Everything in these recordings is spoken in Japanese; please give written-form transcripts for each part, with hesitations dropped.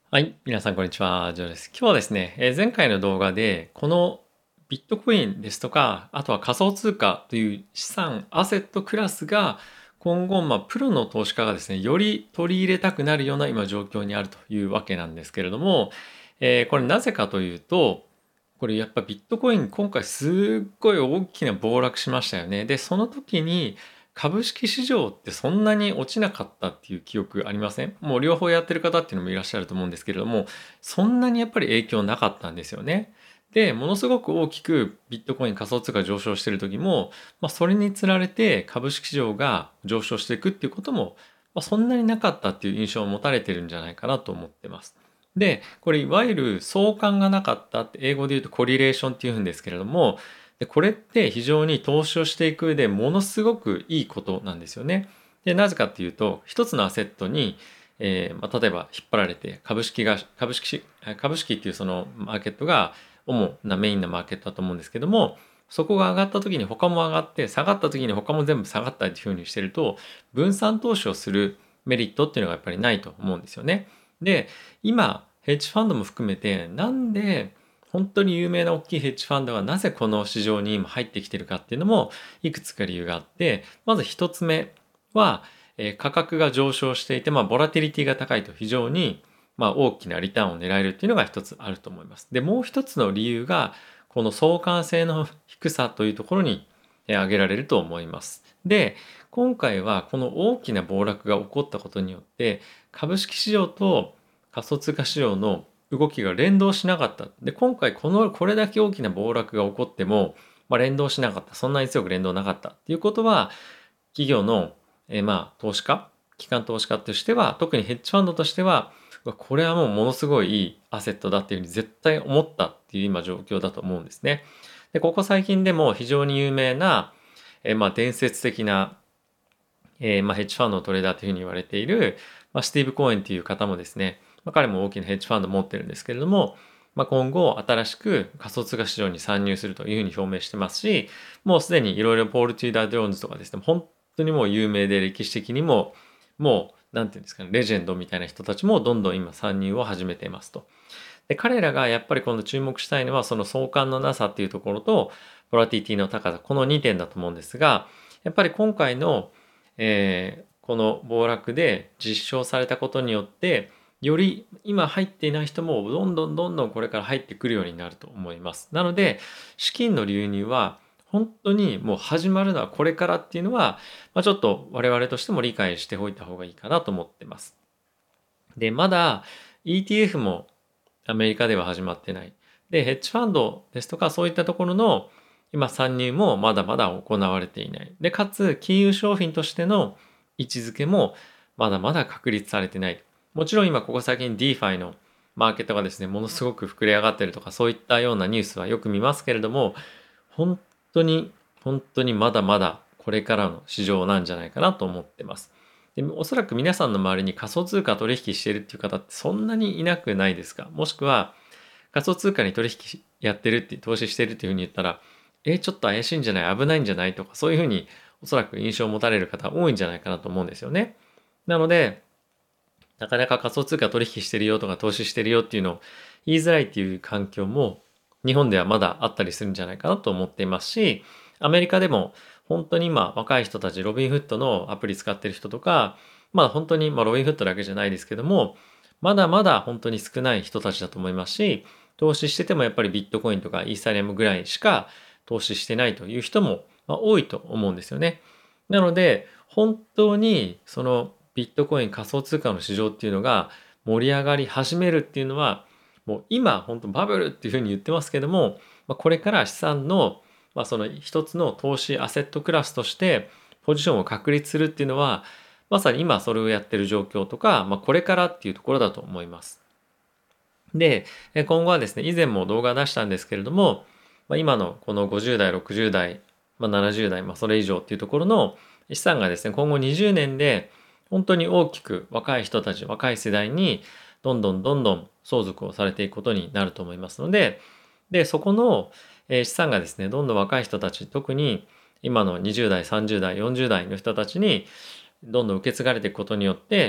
はい、皆さんこんにちは、ジョーです。今日はですね、前回の動画で、このビットコインですとか、あとは仮想通貨という資産、アセットクラスが、今後、プロの投資家がですね、より取り入れたくなるような今状況にあるというわけなんですけれども、これなぜかというと、これやっぱビットコイン今回すっごい大きな暴落しましたよね。で、その時に株式市場ってそんなに落ちなかったっていう記憶ありません？もう両方やってる方っていうのもいらっしゃると思うんですけれども、そんなにやっぱり影響なかったんですよね。で、ものすごく大きくビットコイン仮想通貨上昇してる時も、それにつられて株式市場が上昇していくっていうことも、そんなになかったっていう印象を持たれてるんじゃないかなと思ってます。で、これいわゆる相関がなかったって英語で言うとコリレーションっていうんですけれども、で、これって非常に投資をしていく上でものすごくいいことなんですよね。で、なぜかっていうと、一つのアセットに、例えば引っ張られて株式っていうそのマーケットが主なメインなマーケットだと思うんですけども、そこが上がった時に他も上がって、下がった時に他も全部下がったっていうふうにしてると、分散投資をするメリットっていうのがやっぱりないと思うんですよね。で、今、ヘッジファンドも含めて、なんで本当に有名な大きいヘッジファンドがなぜこの市場に今入ってきてるかっていうのもいくつか理由があって、まず一つ目は、価格が上昇していて、ボラティリティが高いと非常に、大きなリターンを狙えるっていうのが一つあると思います。で、もう一つの理由が、この相関性の低さというところに挙げられると思います。で、今回はこの大きな暴落が起こったことによって、株式市場と仮想通貨市場の動きが連動しなかった。で、今回これだけ大きな暴落が起こっても、連動しなかった。そんなに強く連動なかったっていうことは、企業の、投資家、機関投資家としては、特にヘッジファンドとしては、これはもうものすごいいいアセットだっていうふうに絶対思ったっていう今状況だと思うんですね。で、ここ最近でも非常に有名な、伝説的な、ヘッジファンドのトレーダーというふうに言われている、スティーブ・コーエンという方もですね、彼も大きなヘッジファンドを持ってるんですけれども、今後新しく仮想通貨市場に参入するというふうに表明してますし、もうすでにいろいろポール・テューダー・ジョーンズとかですね、本当にもう有名で歴史的にも、もう、なんていうんですかね、レジェンドみたいな人たちもどんどん今参入を始めていますと。で、彼らがやっぱりこの注目したいのは、その相関のなさっていうところと、ボラティティの高さ、この2点だと思うんですが、やっぱり今回の、この暴落で実証されたことによって、より今入っていない人もどんどんどんどんこれから入ってくるようになると思います。なので、資金の流入は本当にもう始まるのはこれからっていうのは、ちょっと我々としても理解しておいた方がいいかなと思ってます。で、まだ ETF もアメリカでは始まってない。で、ヘッジファンドですとかそういったところの今参入もまだまだ行われていない。で、かつ金融商品としての位置づけもまだまだ確立されてない。もちろん今ここ最近 DeFi のマーケットがですね、ものすごく膨れ上がってるとかそういったようなニュースはよく見ますけれども、本当に本当にまだまだこれからの市場なんじゃないかなと思ってます。で、おそらく皆さんの周りに仮想通貨取引してるっていう方ってそんなにいなくないですか？もしくは仮想通貨に取引やってるって投資してるっていうふうに言ったら、ちょっと怪しいんじゃない、危ないんじゃないとか、そういうふうにおそらく印象を持たれる方多いんじゃないかなと思うんですよね。なので、なかなか仮想通貨取引してるよとか投資してるよっていうのを言いづらいっていう環境も日本ではまだあったりするんじゃないかなと思っていますし、アメリカでも本当に今若い人たち、ロビンフットのアプリ使ってる人とか、本当にロビンフットだけじゃないですけども、まだまだ本当に少ない人たちだと思いますし、投資しててもやっぱりビットコインとかイーサリアムぐらいしか投資してないという人も多いと思うんですよね。なので、本当にそのビットコイン仮想通貨の市場っていうのが盛り上がり始めるっていうのは、もう今本当バブルっていうふうに言ってますけども、これから資産の、その一つの投資アセットクラスとしてポジションを確立するっていうのは、まさに今それをやってる状況とか、これからっていうところだと思います。で、今後はですね、以前も動画出したんですけれども、今のこの50代、60代、70代、それ以上っていうところの資産がですね、今後20年で本当に大きく若い人たち、若い世代にどんどんどんどん相続をされていくことになると思いますので、そこの資産がですね、どんどん若い人たち、特に今の20代、30代、40代の人たちにどんどん受け継がれていくことによって、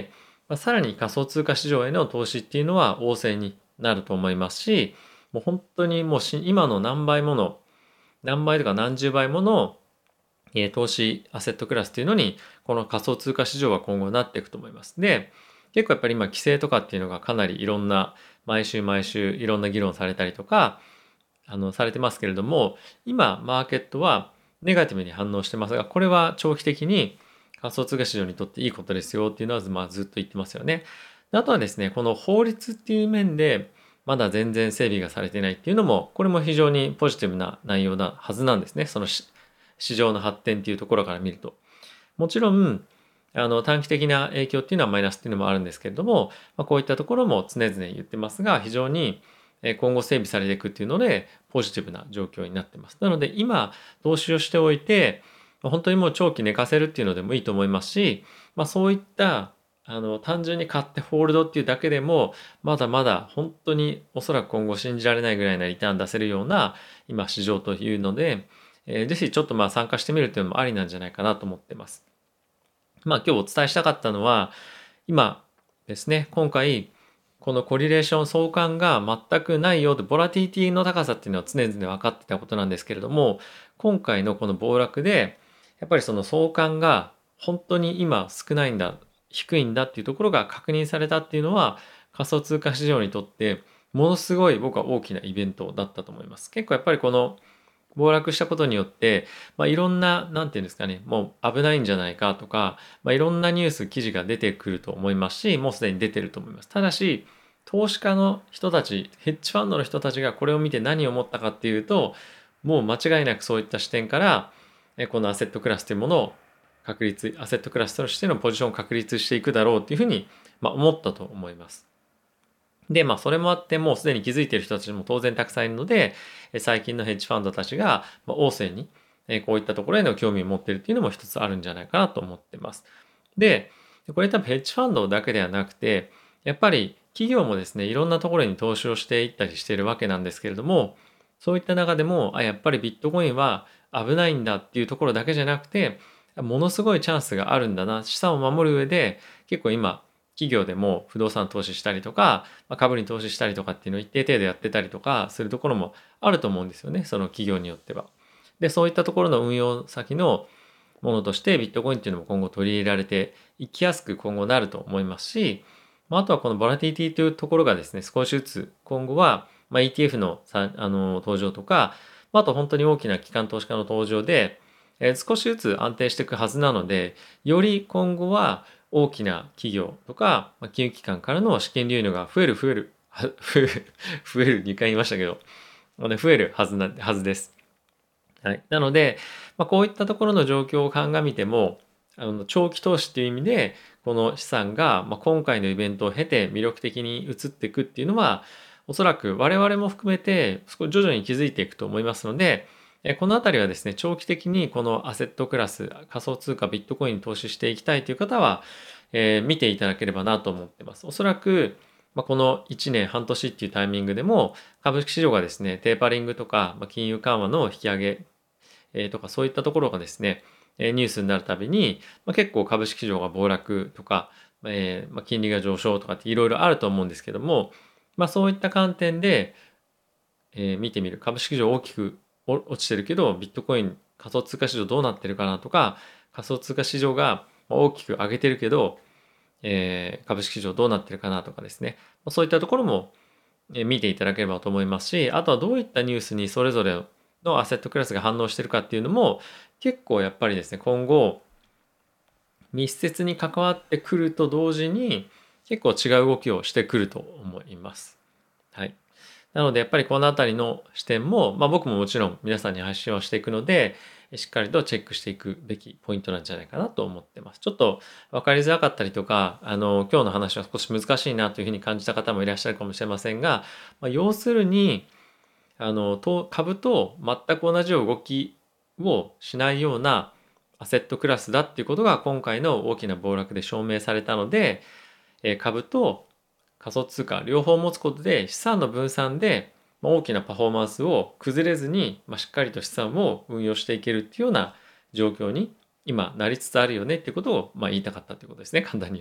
さらに仮想通貨市場への投資っていうのは旺盛になると思いますし、もう本当にもう今の何倍もの、何倍とか何十倍もの投資アセットクラスっていうのに、この仮想通貨市場は今後なっていくと思います。で、結構やっぱり今規制とかっていうのがかなりいろんな、毎週毎週いろんな議論されたりとか、されてますけれども、今マーケットはネガティブに反応してますが、これは長期的に仮想通貨市場にとっていいことですよっていうのは、ずっと言ってますよね。であとはですね、この法律っていう面で、まだ全然整備がされていないっていうのも、これも非常にポジティブな内容なはずなんですね。その市場の発展っていうところから見ると。もちろん、短期的な影響っていうのはマイナスっていうのもあるんですけれども、こういったところも常々言ってますが、非常に今後整備されていくっていうので、ポジティブな状況になってます。なので、今、投資をしておいて、本当にもう長期寝かせるっていうのでもいいと思いますし、そういった単純に買ってホールドっていうだけでも、まだまだ本当におそらく今後信じられないぐらいなリターン出せるような今市場というので、ぜひちょっと参加してみるっていうのもありなんじゃないかなと思ってます。今日お伝えしたかったのは、今ですね、今回、このコリレーション相関が全くないよと、ボラティティの高さっていうのは常々分かってたことなんですけれども、今回のこの暴落で、やっぱりその相関が本当に今少ないんだ、低いんだっていうところが確認されたっていうのは、仮想通貨市場にとってものすごい僕は大きなイベントだったと思います。結構やっぱりこの暴落したことによって、いろんな、なんていうんですかね、もう危ないんじゃないかとか、いろんなニュース、記事が出てくると思いますし、もうすでに出てると思います。ただし、投資家の人たち、ヘッジファンドの人たちがこれを見て何を思ったかっていうと、もう間違いなくそういった視点から、このアセットクラスというものをアセットクラスとしてのポジションを確立していくだろうっていうふうに、思ったと思います。で、それもあって、もうすでに気づいている人たちも当然たくさんいるので、最近のヘッジファンドたちが、旺盛に、こういったところへの興味を持っているっていうのも一つあるんじゃないかなと思ってます。で、これ多分ヘッジファンドだけではなくて、やっぱり企業もですね、いろんなところに投資をしていったりしているわけなんですけれども、そういった中でも、やっぱりビットコインは危ないんだっていうところだけじゃなくて、ものすごいチャンスがあるんだな、資産を守る上で、結構今、企業でも不動産投資したりとか、株に投資したりとかっていうのを一定程度やってたりとかするところもあると思うんですよね。その企業によっては。で、そういったところの運用先のものとしてビットコインっていうのも今後取り入れられていきやすく今後なると思いますし、あとはこのボラティティというところがですね、少しずつ今後は、ETF の登場とか、あと本当に大きな機関投資家の登場で、少しずつ安定していくはずなので、より今後は大きな企業とか、金融機関からの資金流入が増える、2回言いましたけど、増えるはずです。はい。なので、こういったところの状況を鑑みても、長期投資っていう意味で、この資産が、今回のイベントを経て魅力的に移っていくっていうのは、おそらく我々も含めて、少し徐々に気づいていくと思いますので、このあたりはですね、長期的にこのアセットクラス、仮想通貨ビットコインに投資していきたいという方は、見ていただければなと思ってます。おそらく、この1年半年っていうタイミングでも株式市場がですね、テーパリングとか、金融緩和の引き上げ、とかそういったところがですね、ニュースになるたびに、結構株式市場が暴落とか、金利が上昇とかっていろいろあると思うんですけども、そういった観点で、見てみる。株式市場大きく落ちてるけど、ビットコイン仮想通貨市場どうなってるかなとか、仮想通貨市場が大きく上げてるけど、株式市場どうなってるかなとかですね。そういったところも見ていただければと思いますし、あとはどういったニュースにそれぞれのアセットクラスが反応してるかっていうのも結構やっぱりですね、今後密接に関わってくると同時に結構違う動きをしてくると思います。はい。なのでやっぱりこのあたりの視点も、僕ももちろん皆さんに発信をしていくので、しっかりとチェックしていくべきポイントなんじゃないかなと思ってます。ちょっと分かりづらかったりとか、今日の話は少し難しいなというふうに感じた方もいらっしゃるかもしれませんが、要するに、株と全く同じ動きをしないようなアセットクラスだっていうことが今回の大きな暴落で証明されたので、株と仮想通貨両方持つことで資産の分散で大きなパフォーマンスを崩れずに、しっかりと資産を運用していけるっていうような状況に今なりつつあるよねっていうことを言いたかったということですね、簡単に言うと。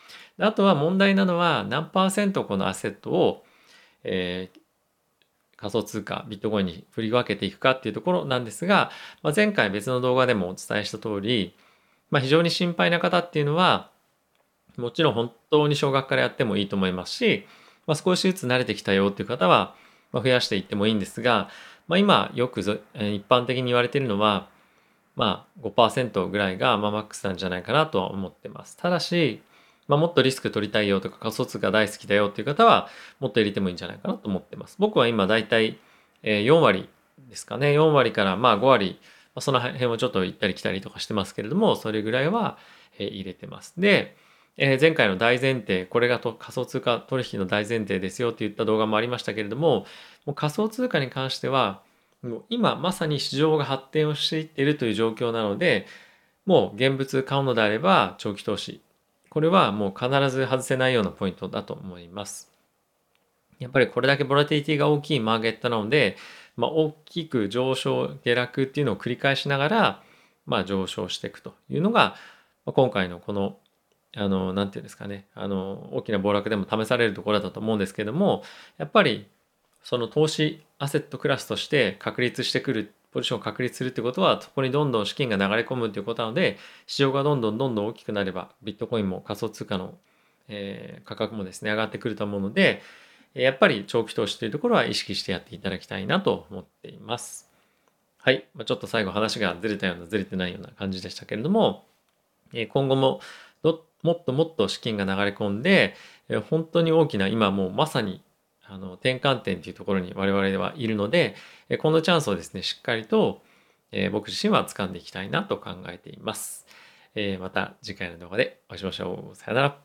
であとは問題なのは何パーセントこのアセットを、えー仮想通貨ビットコインに振り分けていくかっていうところなんですが、前回別の動画でもお伝えした通り、非常に心配な方っていうのはもちろん本当に少額からやってもいいと思いますし、少しずつ慣れてきたよっていう方は、増やしていってもいいんですが、今よく一般的に言われているのは、5%ぐらいがマックスなんじゃないかなとは思ってます。ただし、もっとリスク取りたいよとか仮想通貨大好きだよっていう方はもっと入れてもいいんじゃないかなと思ってます。僕は今だいたい4割ですかね。4割から5割、その辺をちょっと行ったり来たりとかしてますけれども、それぐらいは入れてます。で、前回の大前提、これが仮想通貨取引の大前提ですよって言った動画もありましたけれども、もう仮想通貨に関しては、もう今まさに市場が発展をしていっているという状況なので、もう現物買うのであれば長期投資。これはもう必ず外せないようなポイントだと思います。やっぱりこれだけボラティティが大きいマーケットなので、大きく上昇、下落っていうのを繰り返しながら、上昇していくというのが、今回のこのなんていうんですかね、大きな暴落でも試されるところだと思うんですけども、やっぱり、その投資アセットクラスとして確立してくる、ポジションを確立するってことは、そこにどんどん資金が流れ込むということなので、市場がどんどんどんどん大きくなれば、ビットコインも仮想通貨の、価格もですね、上がってくると思うので、やっぱり長期投資というところは意識してやっていただきたいなと思っています。はい。ちょっと最後話がずれたようなずれてないような感じでしたけれども、今後ももっともっと資金が流れ込んで、本当に大きな今もうまさに転換点というところに我々はいるので、このチャンスをですね、しっかりと、僕自身は掴んでいきたいなと考えています。また次回の動画でお会いしましょう。さよなら。